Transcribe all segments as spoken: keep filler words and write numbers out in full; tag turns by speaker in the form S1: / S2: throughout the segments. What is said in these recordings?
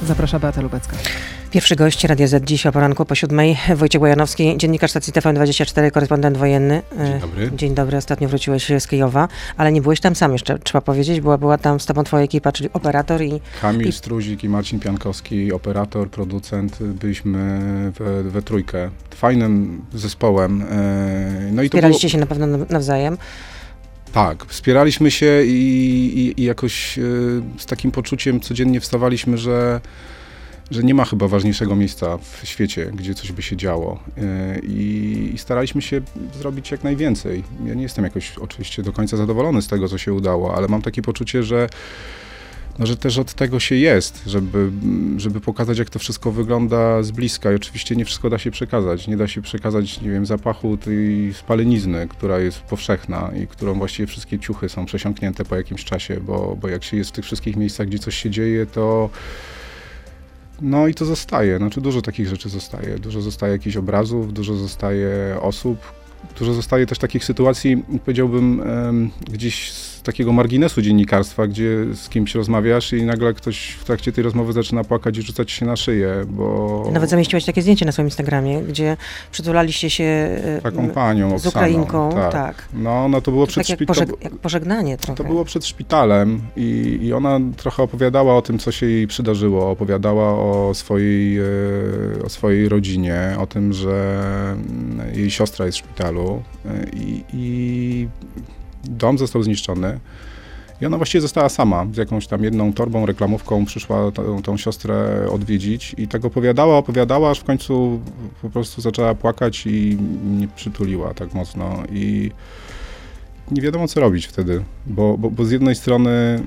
S1: Zaprasza Beata Lubecka.
S2: Pierwszy gość Radia Z dziś o poranku po siódmej. Wojciech Łajanowski, dziennikarz stacji T V N dwadzieścia cztery, korespondent wojenny.
S3: Dzień dobry.
S2: Dzień dobry, ostatnio wróciłeś z Kijowa, ale nie byłeś tam sam jeszcze, trzeba powiedzieć. Była, była tam z tobą twoja ekipa, czyli operator i...
S3: Kamil
S2: i...
S3: Struzik i Marcin Piankowski, operator, producent. Byliśmy we, we trójkę. Fajnym zespołem. No i to
S2: Wspieraliście
S3: było...
S2: się na pewno nawzajem.
S3: Tak, wspieraliśmy się i, i, i jakoś z takim poczuciem codziennie wstawaliśmy, że że nie ma chyba ważniejszego miejsca w świecie, gdzie coś by się działo. I, i staraliśmy się zrobić jak najwięcej. Ja nie jestem jakoś oczywiście do końca zadowolony z tego, co się udało, ale mam takie poczucie, że, no, że też od tego się jest, żeby, żeby pokazać, jak to wszystko wygląda z bliska. I oczywiście nie wszystko da się przekazać. Nie da się przekazać, nie wiem, zapachu tej spalenizny, która jest powszechna i którą właściwie wszystkie ciuchy są przesiąknięte po jakimś czasie, bo, bo jak się jest w tych wszystkich miejscach, gdzie coś się dzieje, to no i to zostaje, znaczy dużo takich rzeczy zostaje, dużo zostaje jakichś obrazów, dużo zostaje osób, dużo zostaje też takich sytuacji, powiedziałbym, um, gdzieś z takiego marginesu dziennikarstwa, gdzie z kimś rozmawiasz i nagle ktoś w trakcie tej rozmowy zaczyna płakać i rzucać się na szyję, bo...
S2: Nawet zamieściłeś takie zdjęcie na swoim Instagramie, gdzie przytulaliście się
S3: taką panią,
S2: z
S3: Oksaną,
S2: Ukrainką.
S3: Tak.
S2: tak.
S3: No, no to było
S2: to
S3: przed
S2: tak jak, pożeg jak pożegnanie trochę.
S3: To było przed szpitalem i, i ona trochę opowiadała o tym, co się jej przydarzyło, opowiadała o swojej, o swojej rodzinie, o tym, że jej siostra jest w szpitalu i, i dom został zniszczony. I ona właściwie została sama, z jakąś tam jedną torbą, reklamówką, przyszła tą, tą siostrę odwiedzić i tak opowiadała, opowiadała, aż w końcu po prostu zaczęła płakać i mnie przytuliła tak mocno i nie wiadomo, co robić wtedy, bo, bo, bo z jednej strony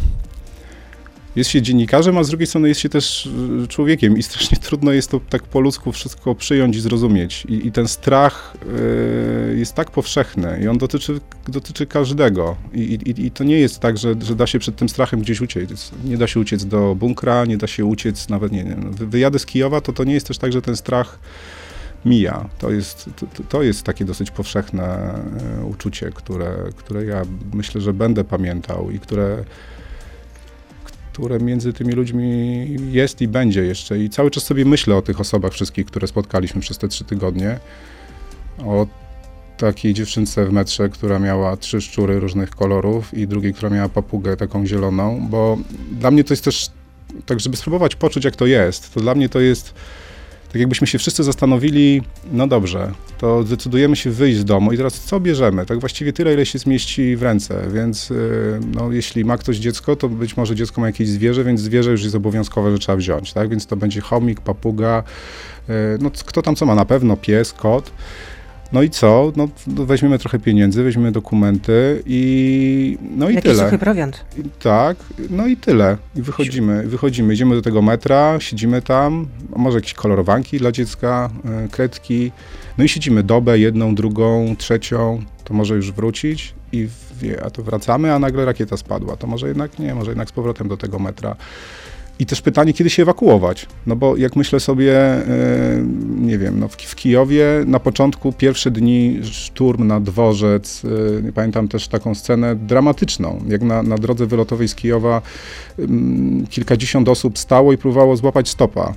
S3: jest się dziennikarzem, a z drugiej strony jest się też człowiekiem i strasznie trudno jest to tak po ludzku wszystko przyjąć i zrozumieć. I, i ten strach y, jest tak powszechny i on dotyczy, dotyczy każdego. I, i, i to nie jest tak, że, że da się przed tym strachem gdzieś uciec. Nie da się uciec do bunkra, nie da się uciec nawet, nie wiem, wyjady z Kijowa, to to nie jest też tak, że ten strach mija. To jest, to, to jest takie dosyć powszechne uczucie, które, które ja myślę, że będę pamiętał i które które między tymi ludźmi jest i będzie jeszcze. I cały czas sobie myślę o tych osobach wszystkich, które spotkaliśmy przez te trzy tygodnie. O takiej dziewczynce w metrze, która miała trzy szczury różnych kolorów i drugiej, która miała papugę taką zieloną, bo dla mnie to jest też, tak żeby spróbować poczuć, jak to jest, to dla mnie to jest tak jakbyśmy się wszyscy zastanowili, no dobrze, to zdecydujemy się wyjść z domu i teraz co bierzemy? Tak właściwie tyle, ile się zmieści w ręce, więc no, jeśli ma ktoś dziecko, to być może dziecko ma jakieś zwierzę, więc zwierzę już jest obowiązkowe, że trzeba wziąć, tak? Więc to będzie chomik, papuga, no kto tam co ma, na pewno pies, kot. No i co? No, weźmiemy trochę pieniędzy, weźmiemy dokumenty i no i
S2: Jakiś
S3: tyle.
S2: suchy prowiant.
S3: I, tak, no i tyle. I wychodzimy, wychodzimy, idziemy do tego metra, siedzimy tam, a może jakieś kolorowanki dla dziecka, yy, kredki, no i siedzimy dobę, jedną, drugą, trzecią, to może już wrócić i wie, a to wracamy, a nagle rakieta spadła, to może jednak nie, może jednak z powrotem do tego metra. I też pytanie, kiedy się ewakuować, no bo jak myślę sobie, yy, nie wiem, no w, w Kijowie na początku, pierwsze dni szturm na dworzec, yy, pamiętam też taką scenę dramatyczną, jak na, na drodze wylotowej z Kijowa yy, kilkadziesiąt osób stało i próbowało złapać stopa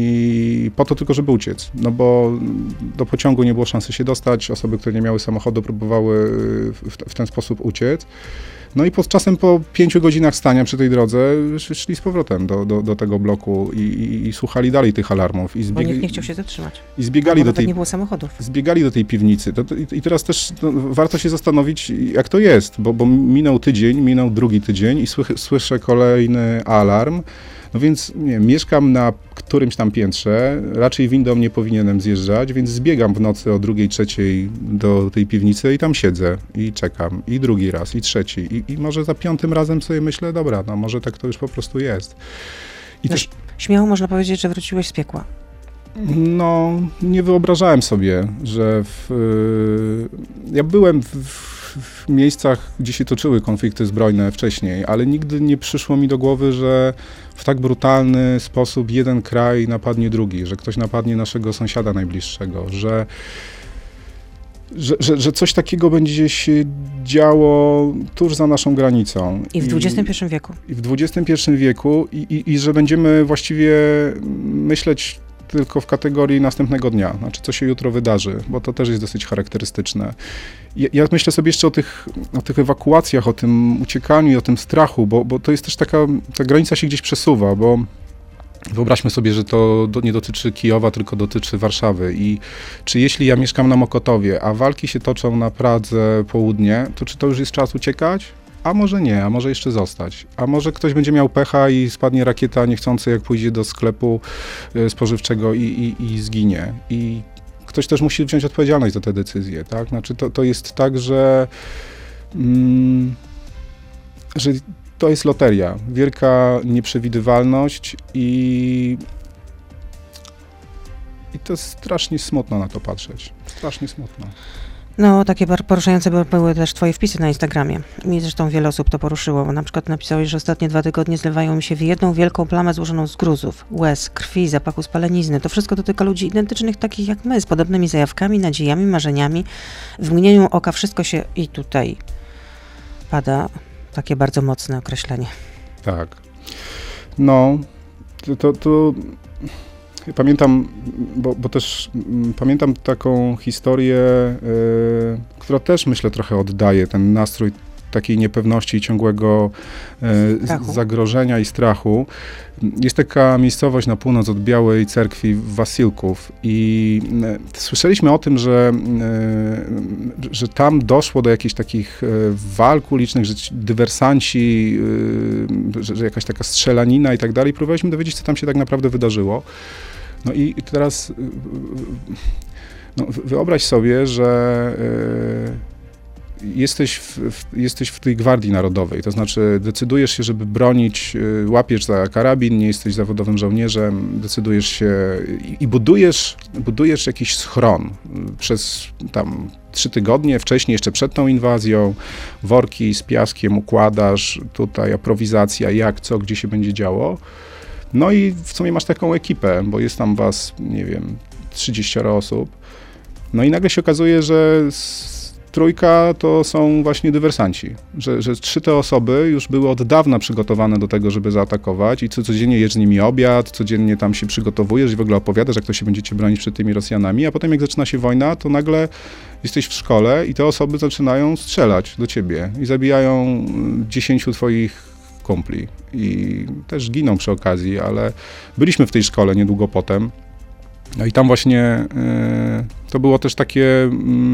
S3: i po to tylko, żeby uciec, no bo do pociągu nie było szansy się dostać, osoby, które nie miały samochodu, próbowały w, w ten sposób uciec. No i pod czasem po pięciu godzinach stania przy tej drodze szli z powrotem do, do, do tego bloku i, i, i słuchali dalej tych alarmów. I
S2: zbieg... Bo nikt nie chciał się zatrzymać.
S3: I zbiegali do tej,
S2: nie było samochodów.
S3: Zbiegali do tej piwnicy. To, to, I teraz też no, warto się zastanowić, jak to jest, bo, bo minął tydzień, minął drugi tydzień i słyszę, słyszę kolejny alarm. No więc nie wiem, mieszkam na którymś tam piętrze, raczej windą nie powinienem zjeżdżać, więc zbiegam w nocy o drugiej, trzeciej do tej piwnicy i tam siedzę i czekam. I drugi raz, i trzeci. I, i może za piątym razem sobie myślę, dobra, no może tak to już po prostu jest. I
S2: no,
S3: też,
S2: śmiało można powiedzieć, że wróciłeś z piekła.
S3: No, nie wyobrażałem sobie, że w, ja byłem w, w miejscach, gdzie się toczyły konflikty zbrojne wcześniej, ale nigdy nie przyszło mi do głowy, że w tak brutalny sposób jeden kraj napadnie drugi, że ktoś napadnie naszego sąsiada najbliższego, że że, że, że coś takiego będzie się działo tuż za naszą granicą.
S2: I w dwudziestym pierwszym wieku.
S3: I w dwudziestym pierwszym wieku i, i, i że będziemy właściwie myśleć tylko w kategorii następnego dnia, znaczy co się jutro wydarzy, bo to też jest dosyć charakterystyczne. Ja, ja myślę sobie jeszcze o tych, o tych ewakuacjach, o tym uciekaniu i o tym strachu, bo, bo to jest też taka, ta granica się gdzieś przesuwa, bo wyobraźmy sobie, że to do, nie dotyczy Kijowa, tylko dotyczy Warszawy i czy jeśli ja mieszkam na Mokotowie, a walki się toczą na Pradze południe, to czy to już jest czas uciekać? A może nie, a może jeszcze zostać. A może ktoś będzie miał pecha i spadnie rakieta niechcący, jak pójdzie do sklepu y, spożywczego i, i, i zginie. I ktoś też musi wziąć odpowiedzialność za te decyzje, tak? Znaczy to, to jest tak, że, mm, że to jest loteria. Wielka nieprzewidywalność i, i to jest strasznie smutno na to patrzeć. Strasznie smutno.
S2: No, takie poruszające były, były też twoje wpisy na Instagramie. Mi zresztą wiele osób to poruszyło, bo na przykład napisałeś, że ostatnie dwa tygodnie zlewają mi się w jedną wielką plamę złożoną z gruzów, łez, krwi, zapachu spalenizny. To wszystko dotyka ludzi identycznych, takich jak my, z podobnymi zajawkami, nadziejami, marzeniami. W mgnieniu oka wszystko się i tutaj pada takie bardzo mocne określenie.
S3: Tak. No, to... to, to... Pamiętam, bo, bo też m, pamiętam taką historię, y, która też myślę trochę oddaje ten nastrój takiej niepewności i ciągłego y, zagrożenia i strachu. Jest taka miejscowość na północ od Białej Cerkwi, Wasilków i y, słyszeliśmy o tym, że, y, że tam doszło do jakichś takich y, walk ulicznych, że dywersanci, y, że, że jakaś taka strzelanina i tak dalej. Próbowaliśmy dowiedzieć, co tam się tak naprawdę wydarzyło. No i teraz no, wyobraź sobie, że y, jesteś, w, w, jesteś w tej Gwardii Narodowej, to znaczy decydujesz się, żeby bronić, y, łapiesz za karabin, nie jesteś zawodowym żołnierzem, decydujesz się i, i budujesz, budujesz jakiś schron przez tam trzy tygodnie, wcześniej jeszcze przed tą inwazją, worki z piaskiem układasz, tutaj aprowizacja, jak, co, gdzie się będzie działo. No i w sumie masz taką ekipę, bo jest tam was, nie wiem, trzydzieścioro osób. No i nagle się okazuje, że trójka to są właśnie dywersanci, że, że trzy te osoby już były od dawna przygotowane do tego, żeby zaatakować i co, codziennie jesz z nimi obiad, codziennie tam się przygotowujesz i w ogóle opowiadasz, jak to się będziecie bronić przed tymi Rosjanami, a potem jak zaczyna się wojna, to nagle jesteś w szkole i te osoby zaczynają strzelać do ciebie i zabijają dziesięciu twoich kumpli i też giną przy okazji, ale byliśmy w tej szkole niedługo potem. No i tam właśnie y, to było też takie, y,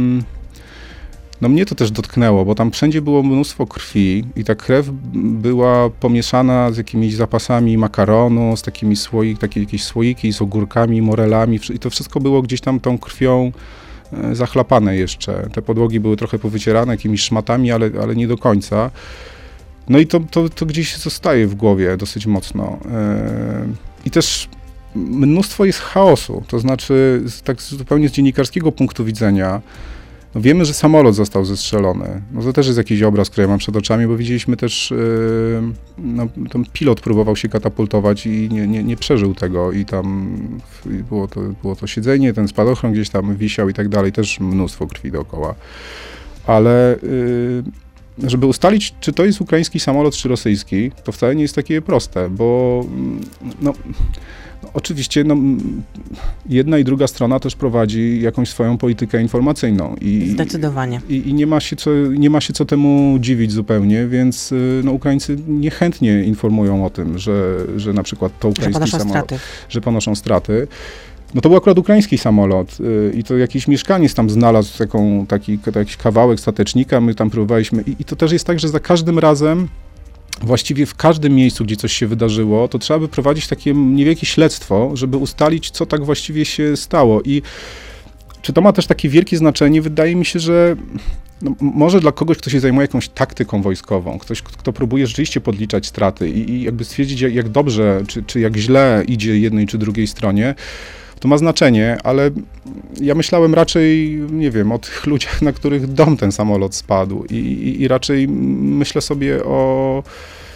S3: no mnie to też dotknęło, bo tam wszędzie było mnóstwo krwi i ta krew była pomieszana z jakimiś zapasami makaronu, z takimi słoik, takie jakieś słoiki z ogórkami, morelami i to wszystko było gdzieś tam tą krwią y, zachlapane jeszcze. Te podłogi były trochę powycierane jakimiś szmatami, ale, ale nie do końca. No i to, to, to gdzieś zostaje w głowie dosyć mocno. I też mnóstwo jest chaosu, to znaczy tak zupełnie z dziennikarskiego punktu widzenia. No wiemy, że samolot został zestrzelony. No to też jest jakiś obraz, który ja mam przed oczami, bo widzieliśmy też, no, ten pilot próbował się katapultować i nie, nie, nie przeżył tego i tam było to, było to siedzenie, ten spadochron gdzieś tam wisiał i tak dalej, też mnóstwo krwi dookoła. Ale żeby ustalić, czy to jest ukraiński samolot, czy rosyjski, to wcale nie jest takie proste, bo no, no, oczywiście no, jedna i druga strona też prowadzi jakąś swoją politykę informacyjną. I,
S2: Zdecydowanie.
S3: I, i nie ma się co, nie ma się co temu dziwić zupełnie, więc no, Ukraińcy niechętnie informują o tym, że, że na przykład to ukraiński
S2: że ponoszą
S3: samolot,
S2: straty.
S3: że ponoszą straty. No to był akurat ukraiński samolot yy, i to jakiś mieszkaniec tam znalazł taką, taki, taki kawałek statecznika, my tam próbowaliśmy i, i to też jest tak, że za każdym razem, właściwie w każdym miejscu, gdzie coś się wydarzyło, to trzeba by prowadzić takie niewielkie śledztwo, żeby ustalić, co tak właściwie się stało i czy to ma też takie wielkie znaczenie? Wydaje mi się, że no, może dla kogoś, kto się zajmuje jakąś taktyką wojskową, ktoś, kto próbuje rzeczywiście podliczać straty i, i jakby stwierdzić, jak, jak dobrze, czy, czy jak źle idzie jednej czy drugiej stronie, to ma znaczenie, ale ja myślałem raczej, nie wiem, o tych ludziach, na których dom ten samolot spadł i, i, i raczej myślę sobie o,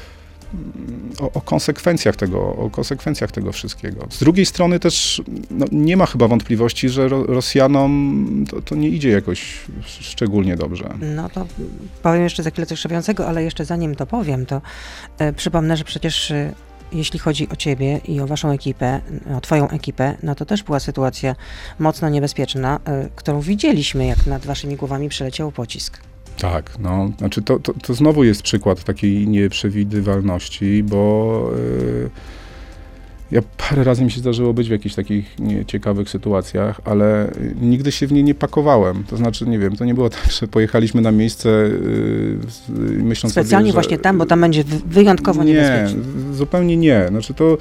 S3: o, o konsekwencjach tego, o konsekwencjach tego wszystkiego. Z drugiej strony też no, nie ma chyba wątpliwości, że ro, Rosjanom to, to nie idzie jakoś szczególnie dobrze.
S2: No to powiem jeszcze za chwilę coś szokującego, ale jeszcze zanim to powiem, to e, przypomnę, że przecież e, jeśli chodzi o ciebie i o waszą ekipę, o twoją ekipę, no to też była sytuacja mocno niebezpieczna, y, którą widzieliśmy, jak nad waszymi głowami przeleciał pocisk.
S3: Tak, no, znaczy to, to, to znowu jest przykład takiej nieprzewidywalności, bo yy, ja parę razy mi się zdarzyło być w jakichś takich nieciekawych sytuacjach, ale nigdy się w nie nie pakowałem. To znaczy, nie wiem, to nie było tak, że pojechaliśmy na miejsce yy, myśląc
S2: specjalnie
S3: sobie, że,
S2: właśnie tam, bo tam będzie wyjątkowo
S3: nie,
S2: niebezpiecznie.
S3: Nie, zupełnie nie. Znaczy to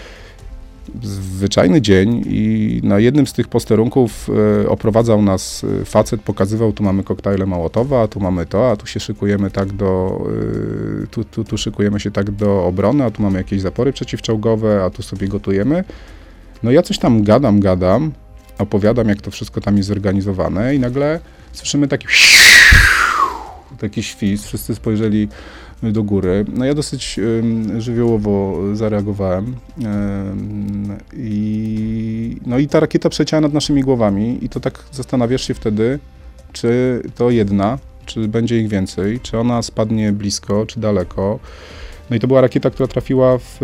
S3: zwyczajny dzień i na jednym z tych posterunków e, oprowadzał nas facet, pokazywał, tu mamy koktajle Mołotowa, a tu mamy to, a tu się szykujemy tak do, e, tu, tu, tu szykujemy się tak do obrony, a tu mamy jakieś zapory przeciwczołgowe, a tu sobie gotujemy. No ja coś tam gadam, gadam, opowiadam, jak to wszystko tam jest zorganizowane i nagle słyszymy taki taki świst, wszyscy spojrzeli do góry. No ja dosyć um, żywiołowo zareagowałem um, i no i ta rakieta przeleciała nad naszymi głowami i to tak zastanawiasz się wtedy, czy to jedna, czy będzie ich więcej, czy ona spadnie blisko, czy daleko. No i to była rakieta, która trafiła w,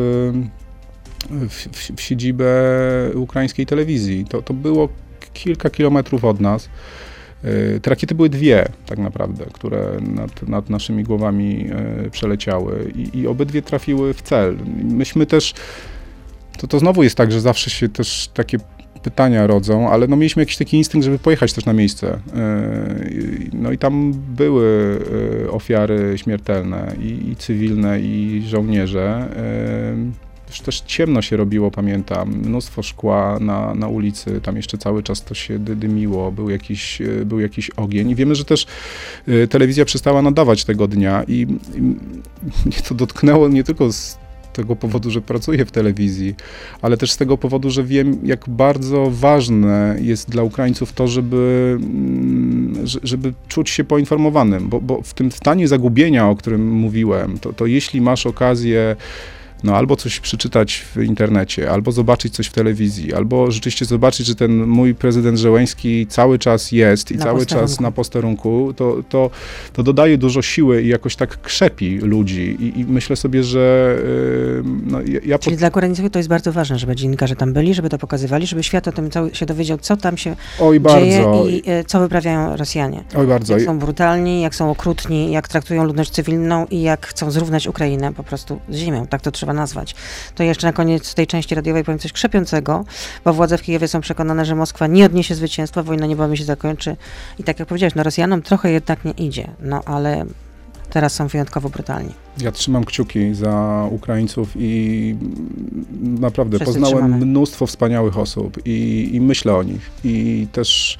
S3: w, w siedzibę ukraińskiej telewizji. To, to było kilka kilometrów od nas. Te rakiety były dwie tak naprawdę, które nad, nad naszymi głowami e, przeleciały i, i obydwie trafiły w cel. Myśmy też, to, to znowu jest tak, że zawsze się też takie pytania rodzą, ale no mieliśmy jakiś taki instynkt, żeby pojechać też na miejsce. E, no i tam były e, ofiary śmiertelne i, i cywilne, i żołnierze. E, Też ciemno się robiło, pamiętam, mnóstwo szkła na, na ulicy, tam jeszcze cały czas to się dymiło, był jakiś, był jakiś ogień i wiemy, że też y, telewizja przestała nadawać tego dnia i, i mnie to dotknęło nie tylko z tego powodu, że pracuję w telewizji, ale też z tego powodu, że wiem, jak bardzo ważne jest dla Ukraińców to, żeby, żeby czuć się poinformowanym, bo, bo w tym stanie zagubienia, o którym mówiłem, to, to jeśli masz okazję no albo coś przeczytać w internecie, albo zobaczyć coś w telewizji, albo rzeczywiście zobaczyć, że ten mój prezydent Zełenski cały czas jest i
S2: na
S3: cały
S2: posterunku.
S3: czas na posterunku, to, to, to dodaje dużo siły i jakoś tak krzepi ludzi i, i myślę sobie, że yy, no, ja... ja
S2: Czyli
S3: pod...
S2: dla Ukraińców to jest bardzo ważne, żeby dziennikarze tam byli, żeby to pokazywali, żeby świat o tym cały się dowiedział, co tam się
S3: Oj,
S2: dzieje
S3: bardzo.
S2: i y, co wyprawiają Rosjanie.
S3: Oj, bardzo.
S2: Jak są brutalni, jak są okrutni, jak traktują ludność cywilną i jak chcą zrównać Ukrainę po prostu z ziemią. Tak to trzeba nazwać. To jeszcze na koniec tej części radiowej powiem coś krzepiącego, bo władze w Kijowie są przekonane, że Moskwa nie odniesie zwycięstwa, wojna niebawem się zakończy i tak jak powiedziałeś, no Rosjanom trochę jednak nie idzie, no ale teraz są wyjątkowo brutalni.
S3: Ja trzymam kciuki za Ukraińców i naprawdę
S2: Wszyscy
S3: poznałem
S2: trzymamy.
S3: mnóstwo wspaniałych osób i, i myślę o nich i też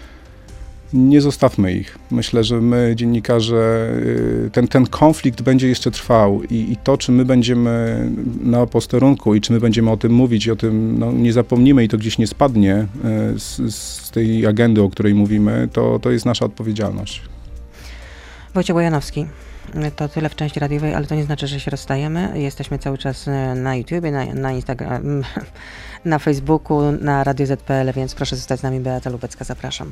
S3: nie zostawmy ich. Myślę, że my, dziennikarze, ten, ten konflikt będzie jeszcze trwał i, i to, czy my będziemy na posterunku i czy my będziemy o tym mówić i o tym no, nie zapomnimy i to gdzieś nie spadnie z, z tej agendy, o której mówimy, to, to jest nasza odpowiedzialność.
S2: Wojciech Bojanowski. To tyle w części radiowej, ale to nie znaczy, że się rozstajemy. Jesteśmy cały czas na YouTubie, na, na Instagram, na Facebooku, na Radio Z kropka P L, więc proszę zostać z nami. Beata Lubecka, zapraszam.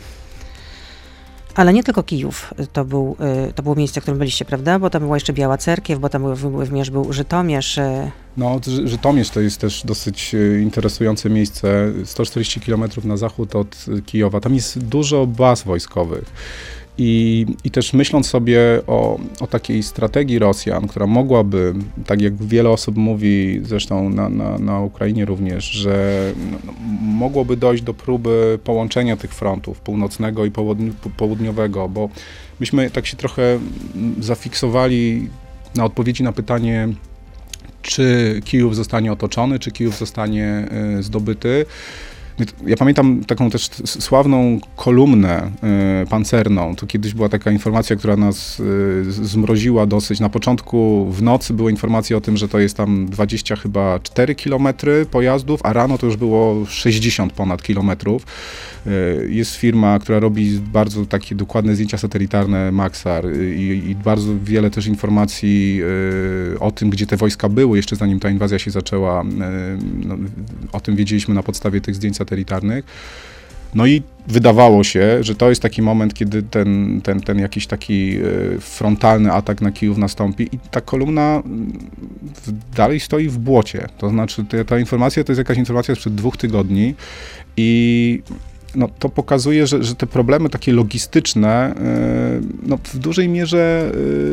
S2: Ale nie tylko Kijów to, był, to było miejsce, w którym byliście, prawda? Bo tam była jeszcze Biała Cerkiew, bo tam również był Żytomierz.
S3: No, Żytomierz to jest też dosyć interesujące miejsce, sto czterdzieści kilometrów na zachód od Kijowa. Tam jest dużo baz wojskowych. I, I też myśląc sobie o, o takiej strategii Rosjan, która mogłaby, tak jak wiele osób mówi, zresztą na, na, na Ukrainie również, że no, mogłoby dojść do próby połączenia tych frontów, północnego i południ- południowego, bo myśmy tak się trochę zafiksowali na odpowiedzi na pytanie, czy Kijów zostanie otoczony, czy Kijów zostanie y, zdobyty. Ja pamiętam taką też sławną kolumnę y, pancerną. To kiedyś była taka informacja, która nas y, zmroziła dosyć. Na początku w nocy były informacje o tym, że to jest tam dwadzieścia chyba cztery kilometry pojazdów, a rano to już było sześćdziesiąt ponad kilometrów. Y, jest firma, która robi bardzo takie dokładne zdjęcia satelitarne, Maxar, y, i bardzo wiele też informacji y, o tym, gdzie te wojska były, jeszcze zanim ta inwazja się zaczęła. Y, no, o tym wiedzieliśmy na podstawie tych zdjęć satelitarnych. No i wydawało się, że to jest taki moment, kiedy ten, ten, ten jakiś taki frontalny atak na Kijów nastąpi i ta kolumna dalej stoi w błocie. To znaczy ta, ta informacja to jest jakaś informacja sprzed dwóch tygodni i no, to pokazuje, że, że te problemy takie logistyczne no, w dużej mierze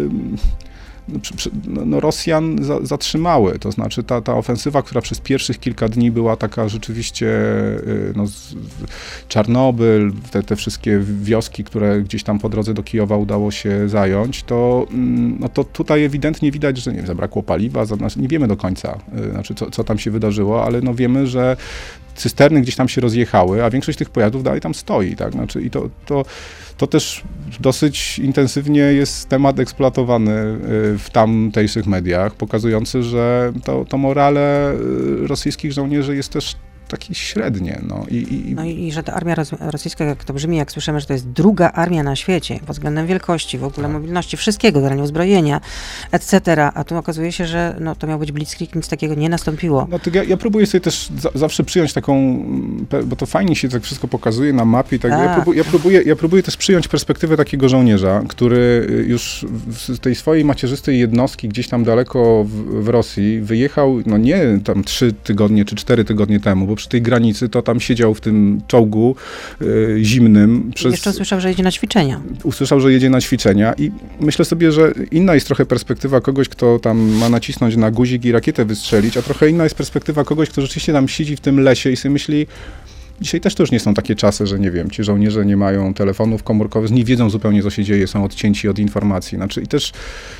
S3: No, no, no Rosjan za, zatrzymały, to znaczy ta, ta ofensywa, która przez pierwszych kilka dni była taka rzeczywiście, no, z, Czarnobyl, te, te wszystkie wioski, które gdzieś tam po drodze do Kijowa udało się zająć, to, no, to tutaj ewidentnie widać, że nie wiem, zabrakło paliwa, znaczy nie wiemy do końca, znaczy co, co tam się wydarzyło, ale no wiemy, że cysterny gdzieś tam się rozjechały, a większość tych pojazdów dalej tam stoi, tak, znaczy i to, to To też dosyć intensywnie jest temat eksploatowany w tamtejszych mediach, pokazujący, że to, to morale rosyjskich żołnierzy jest też takie średnie. No i, i,
S2: no i że ta armia rosyjska, jak to brzmi, jak słyszymy, że to jest druga armia na świecie pod względem wielkości, w ogóle tak. mobilności, wszystkiego, generalnie uzbrojenia, et cetera. A tu okazuje się, że no, to miał być blitzkrieg, nic takiego nie nastąpiło.
S3: No to ja, ja próbuję sobie też za, zawsze przyjąć taką, bo to fajnie się tak wszystko pokazuje na mapie i tak. tak. Ja, próbuję, ja, próbuję, ja próbuję też przyjąć perspektywę takiego żołnierza, który już z tej swojej macierzystej jednostki gdzieś tam daleko w, w Rosji wyjechał, no nie tam trzy tygodnie czy cztery tygodnie temu, bo przy tej granicy to tam siedział w tym czołgu y, zimnym. Przez...
S2: Jeszcze usłyszał, że jedzie na ćwiczenia.
S3: Usłyszał, że jedzie na ćwiczenia i myślę sobie, że inna jest trochę perspektywa kogoś, kto tam ma nacisnąć na guzik i rakietę wystrzelić, a trochę inna jest perspektywa kogoś, kto rzeczywiście tam siedzi w tym lesie i sobie myśli, dzisiaj też to już nie są takie czasy, że nie wiem, ci żołnierze nie mają telefonów komórkowych, nie wiedzą zupełnie, co się dzieje, są odcięci od informacji. Znaczy i też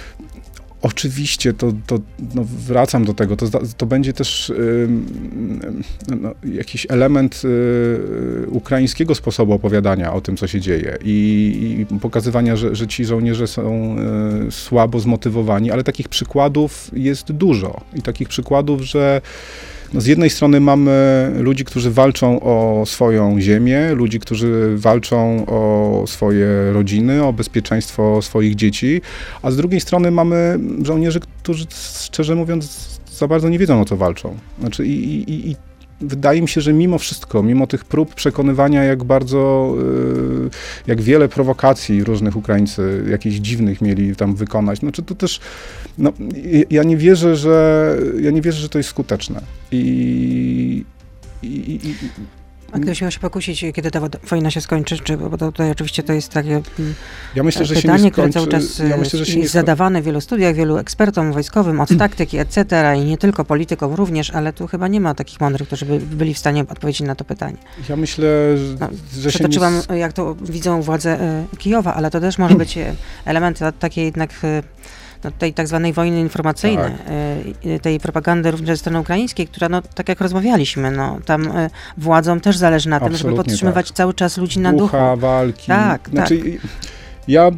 S3: oczywiście, to, to no wracam do tego, to, to będzie też yy, no, jakiś element yy, ukraińskiego sposobu opowiadania o tym, co się dzieje i, i pokazywania, że, że ci żołnierze są yy, słabo zmotywowani, ale takich przykładów jest dużo i takich przykładów, że no z jednej strony mamy ludzi, którzy walczą o swoją ziemię, ludzi, którzy walczą o swoje rodziny, o bezpieczeństwo swoich dzieci, a z drugiej strony mamy żołnierzy, którzy szczerze mówiąc za bardzo nie wiedzą, o co walczą. Znaczy i, i, i wydaje mi się, że mimo wszystko, mimo tych prób przekonywania, jak bardzo, jak wiele prowokacji różnych Ukraińcy, jakichś dziwnych mieli tam wykonać, znaczy to też, no, ja nie wierzę, że, ja nie wierzę, że to jest skuteczne. I, i, i, i
S2: A gdybyś miał się pokusić, kiedy ta wojna się skończy, czy, bo to, tutaj oczywiście to jest takie
S3: ja myślę, że
S2: pytanie,
S3: się nie skończy,
S2: które cały czas
S3: ja myślę, że się
S2: jest zadawane w wielu studiach, wielu ekspertom wojskowym, od taktyki, et cetera i nie tylko politykom również, ale tu chyba nie ma takich mądrych, którzy by byli w stanie odpowiedzieć na to pytanie.
S3: Ja myślę, że,
S2: no,
S3: że się
S2: Przytoczyłam,
S3: nie...
S2: jak to widzą władze y, Kijowa, ale to też może być element takiej jednak y, no, tej tak zwanej wojny informacyjnej, tak. y, tej propagandy również ze strony ukraińskiej, która, no, tak jak rozmawialiśmy, no, tam y, władzom też zależy na Absolutnie tym, żeby podtrzymywać tak. cały czas ludzi na duchu.
S3: Ducha, walki.
S2: Tak,
S3: znaczy,
S2: tak.
S3: Ja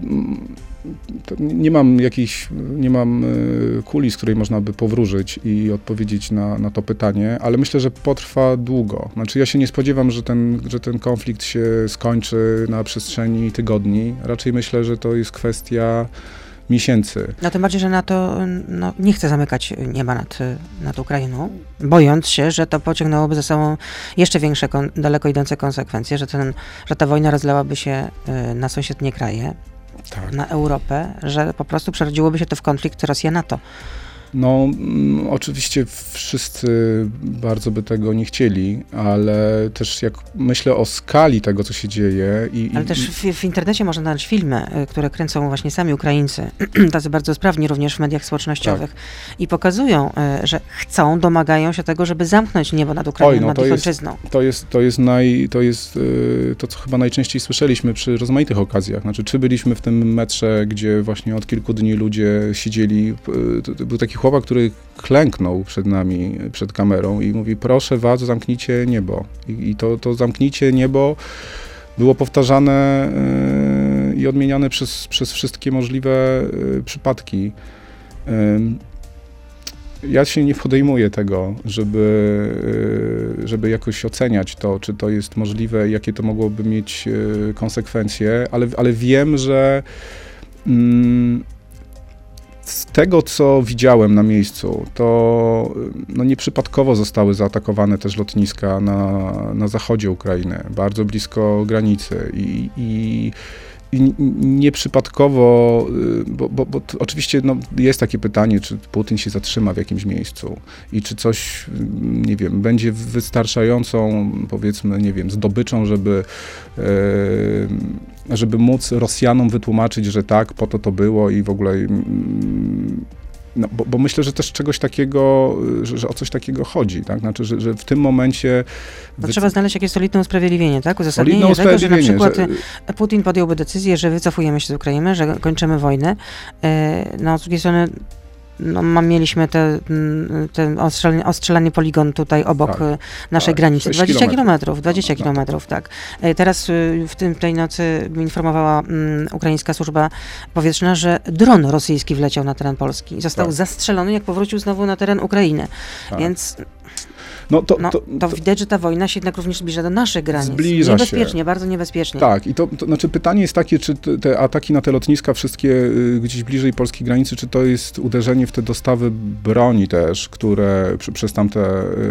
S3: nie mam jakiejś, nie mam kuli, z której można by powróżyć i odpowiedzieć na, na to pytanie, ale myślę, że potrwa długo. Znaczy ja się nie spodziewam, że ten, że ten konflikt się skończy na przestrzeni tygodni. Raczej myślę, że to jest kwestia miesięcy.
S2: No tym bardziej, że NATO no, nie chce zamykać nieba nad, nad Ukrainą, bojąc się, że to pociągnęłoby za sobą jeszcze większe, kon, daleko idące konsekwencje, że, ten, że ta wojna rozlałaby się y, na sąsiednie kraje, tak. na Europę, że po prostu przerodziłoby się to w konflikt Rosja-NATO.
S3: No, mm, oczywiście wszyscy bardzo by tego nie chcieli, ale też jak myślę o skali tego, co się dzieje i...
S2: Ale
S3: i,
S2: też w, w internecie można znaleźć filmy, które kręcą właśnie sami Ukraińcy, tacy bardzo sprawni również w mediach społecznościowych tak. i pokazują, że chcą, domagają się tego, żeby zamknąć niebo nad Ukrainą, Oj, no, nad ich ojczyzną.
S3: To jest, to jest naj, to jest to, co chyba najczęściej słyszeliśmy przy rozmaitych okazjach. Znaczy, czy byliśmy w tym metrze, gdzie właśnie od kilku dni ludzie siedzieli, to, to był taki chłopak, który klęknął przed nami, przed kamerą i mówi, proszę was, zamknijcie niebo. I, i to, to zamknijcie niebo było powtarzane yy, i odmieniane przez, przez wszystkie możliwe yy, przypadki. Yy, Ja się nie podejmuję tego, żeby, żeby jakoś oceniać to, czy to jest możliwe, jakie to mogłoby mieć konsekwencje, ale, ale wiem, że mm, z tego, co widziałem na miejscu, to no, nieprzypadkowo zostały zaatakowane też lotniska na, na zachodzie Ukrainy, bardzo blisko granicy i, i I nieprzypadkowo, bo, bo, bo oczywiście no, jest takie pytanie, czy Putin się zatrzyma w jakimś miejscu i czy coś, nie wiem, będzie wystarczającą, powiedzmy, nie wiem, zdobyczą, żeby, e, żeby móc Rosjanom wytłumaczyć, że tak, po to to było i w ogóle... No, bo, bo myślę, że też czegoś takiego, że, że o coś takiego chodzi, tak? Znaczy, że, że w tym momencie...
S2: Bo
S3: wy...
S2: trzeba znaleźć jakieś solidne usprawiedliwienie, tak? Uzasadnienie tego, że na przykład że... Putin podjąłby decyzję, że wycofujemy się z Ukrainy, że kończymy wojnę. No, z drugiej strony no, mieliśmy te, te ostrzelanie, ostrzelanie poligon tutaj obok tak, naszej tak, granicy. dwadzieścia kilometrów, dwadzieścia kilometrów, tak. Teraz w tym, tej nocy informowała um, ukraińska służba powietrzna, że dron rosyjski wleciał na teren Polski i został tak. zastrzelony, jak powrócił znowu na teren Ukrainy. Tak. Więc... No to, no, to, to, to widać, że ta wojna się jednak również zbliża do naszych granic.
S3: Zbliża
S2: niebezpiecznie,
S3: się.
S2: bardzo niebezpiecznie.
S3: Tak, i to, to znaczy pytanie jest takie, czy te, te ataki na te lotniska wszystkie y, gdzieś bliżej polskiej granicy, czy to jest uderzenie w te dostawy broni też, które przy, przez tamte,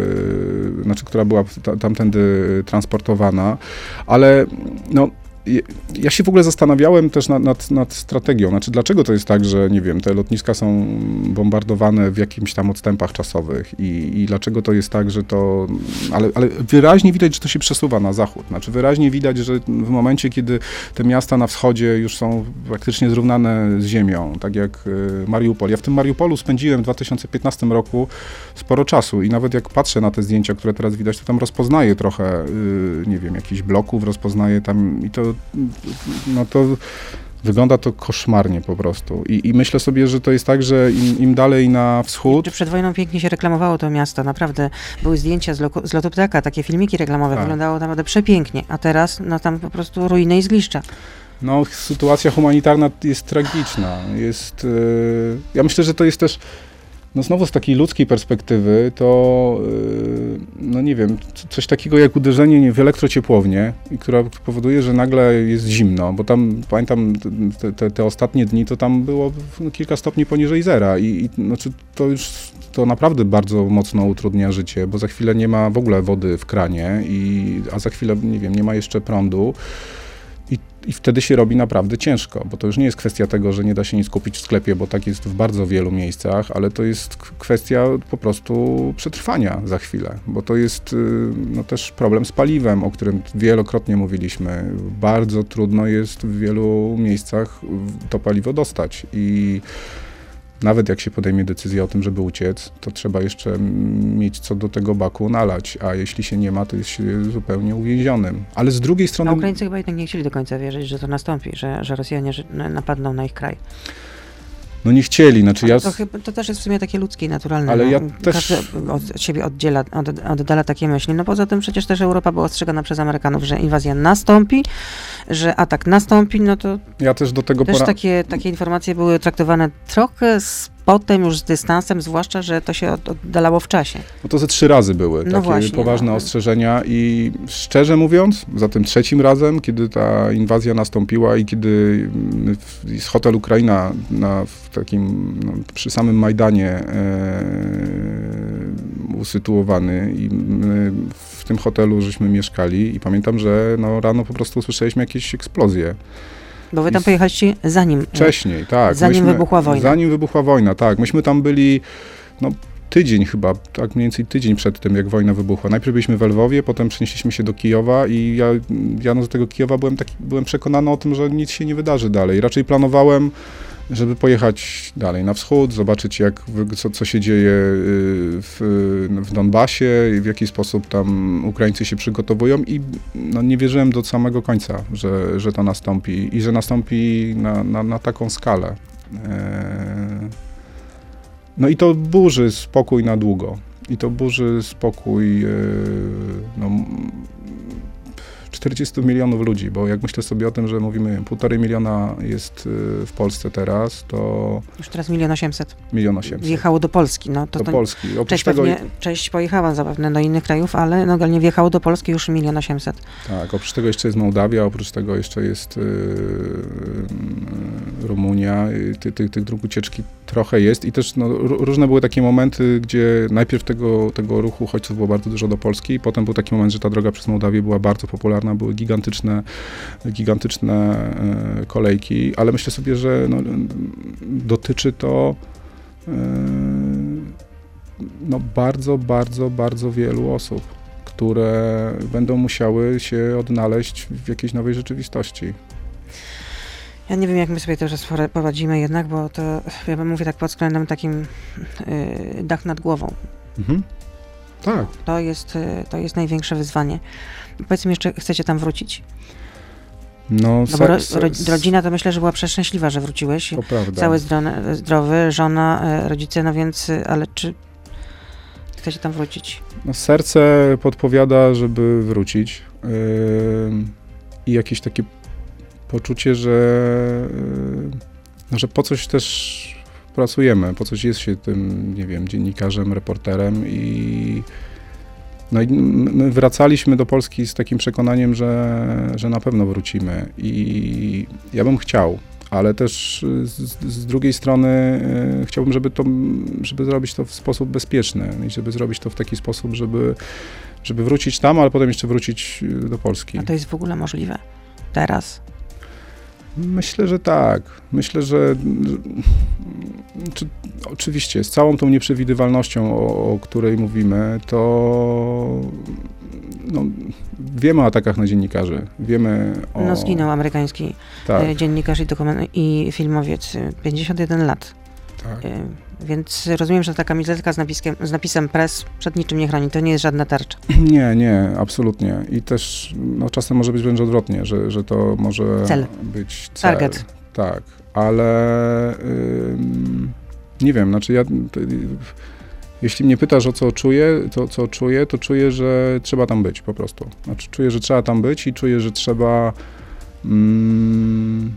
S3: y, znaczy, która była ta, tamtędy transportowana, ale no ja się w ogóle zastanawiałem też nad, nad, nad strategią, znaczy dlaczego to jest tak, że nie wiem, te lotniska są bombardowane w jakimś tam odstępach czasowych i, i dlaczego to jest tak, że to, ale, ale wyraźnie widać, że to się przesuwa na zachód, znaczy wyraźnie widać, że w momencie, kiedy te miasta na wschodzie już są praktycznie zrównane z ziemią, tak jak Mariupol. Ja w tym Mariupolu spędziłem w dwa tysiące piętnastym roku sporo czasu i nawet jak patrzę na te zdjęcia, które teraz widać, to tam rozpoznaję trochę, nie wiem, jakichś bloków, rozpoznaję tam i to no to wygląda to koszmarnie po prostu. I, i myślę sobie, że to jest tak, że im, im dalej na wschód...
S2: Przed wojną pięknie się reklamowało to miasto, naprawdę. Były zdjęcia z, loku, z lotu ptaka, takie filmiki reklamowe, tak. Wyglądało naprawdę przepięknie, a teraz no tam po prostu ruiny i zgliszcza.
S3: No, sytuacja humanitarna jest tragiczna. Jest, yy, ja myślę, że to jest też no znowu z takiej ludzkiej perspektywy, to yy, no nie wiem, coś takiego jak uderzenie nie, w elektrociepłownię, i która powoduje, że nagle jest zimno, bo tam, pamiętam, te, te, te ostatnie dni, to tam było no, kilka stopni poniżej zera i, i znaczy, to już to naprawdę bardzo mocno utrudnia życie, bo za chwilę nie ma w ogóle wody w kranie, i, a za chwilę, nie wiem, nie ma jeszcze prądu. I, I wtedy się robi naprawdę ciężko, bo to już nie jest kwestia tego, że nie da się nic kupić w sklepie, bo tak jest w bardzo wielu miejscach, ale to jest kwestia po prostu przetrwania za chwilę, bo to jest no, też problem z paliwem, o którym wielokrotnie mówiliśmy. Bardzo trudno jest w wielu miejscach to paliwo dostać i nawet jak się podejmie decyzję o tym, żeby uciec, to trzeba jeszcze mieć co do tego baku nalać, a jeśli się nie ma, to jest się zupełnie uwięzionym. Ale z drugiej strony...
S2: A Ukraińcy chyba jednak nie chcieli do końca wierzyć, że to nastąpi, że, że Rosjanie napadną na ich kraj.
S3: No nie chcieli, znaczy ja...
S2: To, chyba, to też jest w sumie takie ludzkie i naturalne.
S3: Ale
S2: no.
S3: ja też...
S2: Każdy od siebie oddziela, od, oddala takie myśli. No poza tym przecież też Europa była ostrzegana przez Amerykanów, że inwazja nastąpi, że atak nastąpi, no to...
S3: Ja też do tego...
S2: Też
S3: pora...
S2: takie, takie informacje były traktowane trochę z potem już z dystansem, zwłaszcza, że to się oddalało w czasie.
S3: No to ze trzy razy były
S2: no
S3: takie
S2: właśnie,
S3: poważne
S2: no.
S3: ostrzeżenia i szczerze mówiąc, za tym trzecim razem, kiedy ta inwazja nastąpiła i kiedy z Hotel Ukraina na, w takim, no, przy samym Majdanie e, usytuowany i my w tym hotelu żeśmy mieszkali i pamiętam, że no, rano po prostu usłyszeliśmy jakieś eksplozje.
S2: Bo wy tam pojechaliście zanim...
S3: Wcześniej, tak.
S2: Zanim
S3: myśmy,
S2: wybuchła wojna.
S3: Zanim wybuchła wojna, tak. Myśmy tam byli, no tydzień chyba, tak mniej więcej tydzień przed tym, jak wojna wybuchła. Najpierw byliśmy w Lwowie, potem przenieśliśmy się do Kijowa i ja, ja no, do tego Kijowa byłem, taki, byłem przekonany o tym, że nic się nie wydarzy dalej. Raczej planowałem, żeby pojechać dalej na wschód, zobaczyć jak, co, co się dzieje w, w Donbasie, w jaki sposób tam Ukraińcy się przygotowują i no, nie wierzyłem do samego końca, że, że to nastąpi i że nastąpi na, na, na taką skalę. no i to burzy spokój na długo. I to burzy spokój yy, no, czterdziestu milionów ludzi, bo jak myślę sobie o tym, że mówimy, półtorej miliona jest yy, w Polsce teraz, to...
S2: Już teraz milion osiemset.
S3: Milion osiemset.
S2: Wjechało do Polski. No, to
S3: do
S2: to
S3: Polski. Oprócz
S2: część,
S3: tego...
S2: pewnie, część pojechała zapewne do innych krajów, ale no, nie wjechało do Polski już milion osiemset.
S3: Tak, oprócz tego jeszcze jest Mołdawia, oprócz tego jeszcze jest yy, yy, Rumunia. Ty, ty, tych dróg ucieczki trochę jest i też no, różne były takie momenty, gdzie najpierw tego, tego ruchu uchodźców było bardzo dużo do Polski, potem był taki moment, że ta droga przez Mołdawię była bardzo popularna, były gigantyczne, gigantyczne e, kolejki, ale myślę sobie, że no, dotyczy to e, no, bardzo, bardzo, bardzo wielu osób, które będą musiały się odnaleźć w jakiejś nowej rzeczywistości.
S2: Ja nie wiem, jak my sobie to poradzimy jednak, bo to, ja bym mówię tak pod względem takim yy, dach nad głową.
S3: Mhm. Tak.
S2: To jest, yy, to jest największe wyzwanie. Powiedzmy jeszcze, chcecie tam wrócić?
S3: No,
S2: no bo ro, ro, rodzina to myślę, że była przeszczęśliwa, że wróciłeś.
S3: To prawda.
S2: Cały zdrowy, zdrowy, żona, rodzice, no więc, ale czy chcecie tam wrócić?
S3: No, serce podpowiada, żeby wrócić. Yy, I jakieś takie poczucie, że, no, że po coś też pracujemy, po coś jest się tym, nie wiem, dziennikarzem, reporterem i no i my wracaliśmy do Polski z takim przekonaniem, że, że na pewno wrócimy i ja bym chciał, ale też z, z drugiej strony e, chciałbym, żeby to, żeby zrobić to w sposób bezpieczny i żeby zrobić to w taki sposób, żeby, żeby wrócić tam, ale potem jeszcze wrócić do Polski.
S2: A to jest w ogóle możliwe teraz?
S3: Myślę, że tak. Myślę, że czy, oczywiście z całą tą nieprzewidywalnością, o, o której mówimy, to no, wiemy o atakach na dziennikarzy. Wiemy o...
S2: No zginął amerykański tak. dziennikarz i, dokument- i filmowiec, pięćdziesiąt jeden lat.
S3: Tak.
S2: Więc rozumiem, że ta kamizelka z, napiskiem, z napisem press przed niczym nie chroni. To nie jest żadna tarcza.
S3: Nie, nie, absolutnie. I też no, czasem może być wręcz odwrotnie, że, że to może
S2: cel.
S3: być cel.
S2: Target.
S3: Tak, ale ym, nie wiem, znaczy ja... To, jeśli mnie pytasz, o co czuję, to co czuję, to czuję, że trzeba tam być po prostu. Znaczy czuję, że trzeba tam być i czuję, że trzeba... Mm,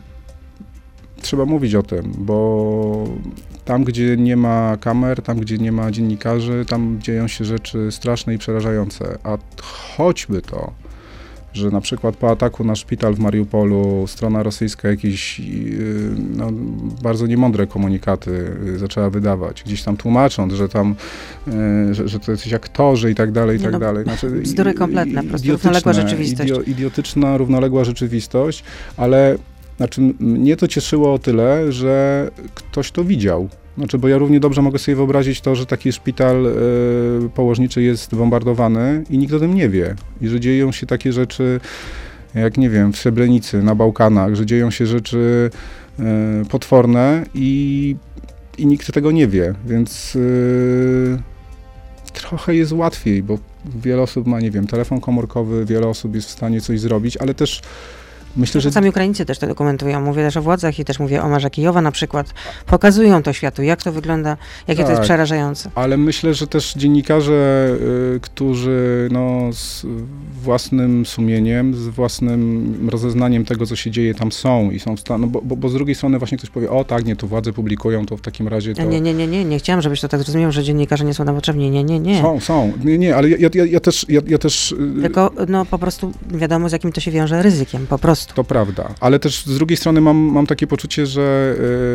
S3: trzeba mówić o tym, bo tam, gdzie nie ma kamer, tam, gdzie nie ma dziennikarzy, tam dzieją się rzeczy straszne i przerażające. A choćby to, że na przykład po ataku na szpital w Mariupolu strona rosyjska jakieś no, bardzo niemądre komunikaty zaczęła wydawać, gdzieś tam tłumacząc, że tam, że, że to jacyś aktorzy i tak dalej, i tak
S2: no,
S3: dalej. Znaczy,
S2: bzdury kompletne, po prostu równoległa rzeczywistość.
S3: Idio, idiotyczna, równoległa rzeczywistość, ale znaczy, mnie to cieszyło o tyle, że ktoś to widział. Znaczy, bo ja równie dobrze mogę sobie wyobrazić to, że taki szpital y, położniczy jest bombardowany i nikt o tym nie wie. I że dzieją się takie rzeczy, jak nie wiem, w Srebrenicy, na Bałkanach, że dzieją się rzeczy y, potworne i, i nikt tego nie wie. Więc y, trochę jest łatwiej, bo wiele osób ma, nie wiem, telefon komórkowy, wiele osób jest w stanie coś zrobić, ale też myślę, że...
S2: Sami Ukraińcy też to dokumentują. Mówię też o władzach i też mówię o Marze Kijowa na przykład. Pokazują to światu, jak to wygląda, jakie tak, to jest przerażające.
S3: Ale myślę, że też dziennikarze, y, którzy no, z własnym sumieniem, z własnym rozeznaniem tego, co się dzieje, tam są i są w stanie, no bo, bo, bo z drugiej strony właśnie ktoś powie, o tak, nie, to władze publikują, to w takim razie to...
S2: Nie, nie, nie, nie, nie chciałam, żebyś to tak zrozumiał, że dziennikarze nie są nam potrzebni. Nie, nie, nie.
S3: Są, są. Nie, nie, ale ja, ja, ja też... Ja, ja też y,
S2: Tylko, no po prostu wiadomo, z jakim to się wiąże ryzykiem, po prostu.
S3: To prawda, ale też z drugiej strony mam, mam takie poczucie, że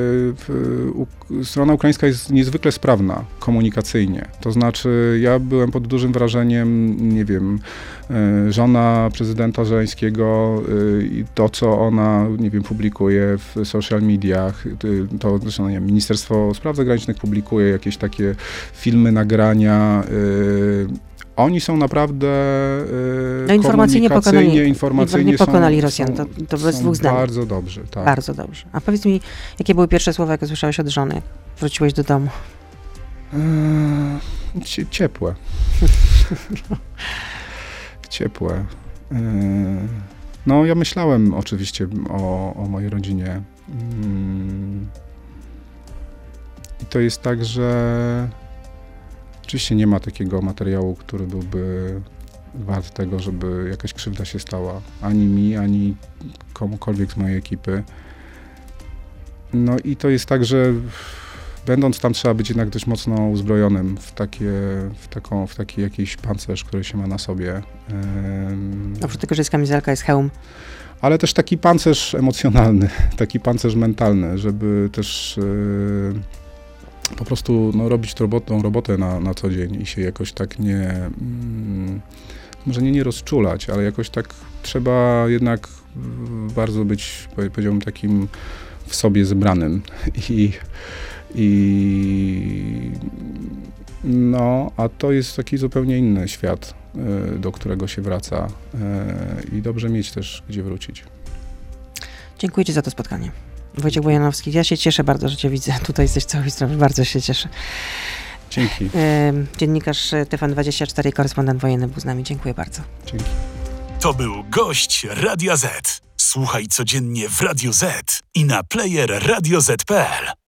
S3: y, y, strona ukraińska jest niezwykle sprawna komunikacyjnie. To znaczy, ja byłem pod dużym wrażeniem, nie wiem, y, żona prezydenta Żeleńskiego y, i to, co ona, nie wiem, publikuje w social mediach, y, to zresztą, nie wiem, Ministerstwo Spraw Zagranicznych publikuje jakieś takie filmy, nagrania, y, oni są naprawdę yy,
S2: no, informacyjnie pokonali,
S3: informacyjnie
S2: nie pokonali
S3: są,
S2: Rosjan, to, to bez
S3: są
S2: dwóch zdań.
S3: Bardzo dobrze, tak.
S2: Bardzo dobrze. A powiedz mi, jakie były pierwsze słowa, jak usłyszałeś od żony? Wróciłeś do domu.
S3: Yy, ciepłe. Ciepłe. Yy, no ja myślałem oczywiście o, o mojej rodzinie. Yy, I to jest tak, że oczywiście nie ma takiego materiału, który byłby wart tego, żeby jakaś krzywda się stała. Ani mi, ani komukolwiek z mojej ekipy. No i to jest tak, że będąc tam trzeba być jednak dość mocno uzbrojonym w, takie, w, taką, w taki jakiś pancerz, który się ma na sobie.
S2: Oprócz tego, że jest kamizelka, jest hełm.
S3: Ale też taki pancerz emocjonalny, taki pancerz mentalny, żeby też yy, po prostu no, robić tą robotę, robotę na, na co dzień i się jakoś tak nie, mm, może nie, nie rozczulać, ale jakoś tak trzeba jednak bardzo być, powiedziałbym, takim w sobie zebranym i, i no, a to jest taki zupełnie inny świat, do którego się wraca i dobrze mieć też gdzie wrócić.
S2: Dziękuję Ci za to spotkanie. Wojciech Bojanowski, ja się cieszę bardzo, że Cię widzę. Tutaj jesteś cały zdrowy, bardzo się cieszę.
S3: Dzięki.
S2: Dziennikarz T V N dwadzieścia cztery, korespondent wojenny był z nami. Dziękuję bardzo.
S3: Dzięki.
S1: To był gość Radia Z. Słuchaj codziennie w Radio Z i na player radio zet kropka pe el.